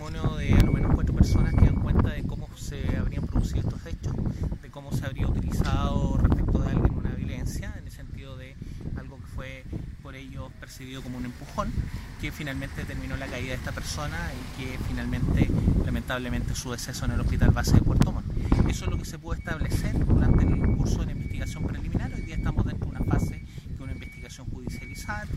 testimonio de al menos 4 personas que dan cuenta de cómo se habrían producido estos hechos, de cómo se habría utilizado respecto de alguien una violencia, en el sentido de algo que fue por ellos percibido como un empujón, que finalmente determinó la caída de esta persona y que finalmente, lamentablemente, su deceso en el hospital base de Puerto Montt. Eso es lo que se pudo establecer.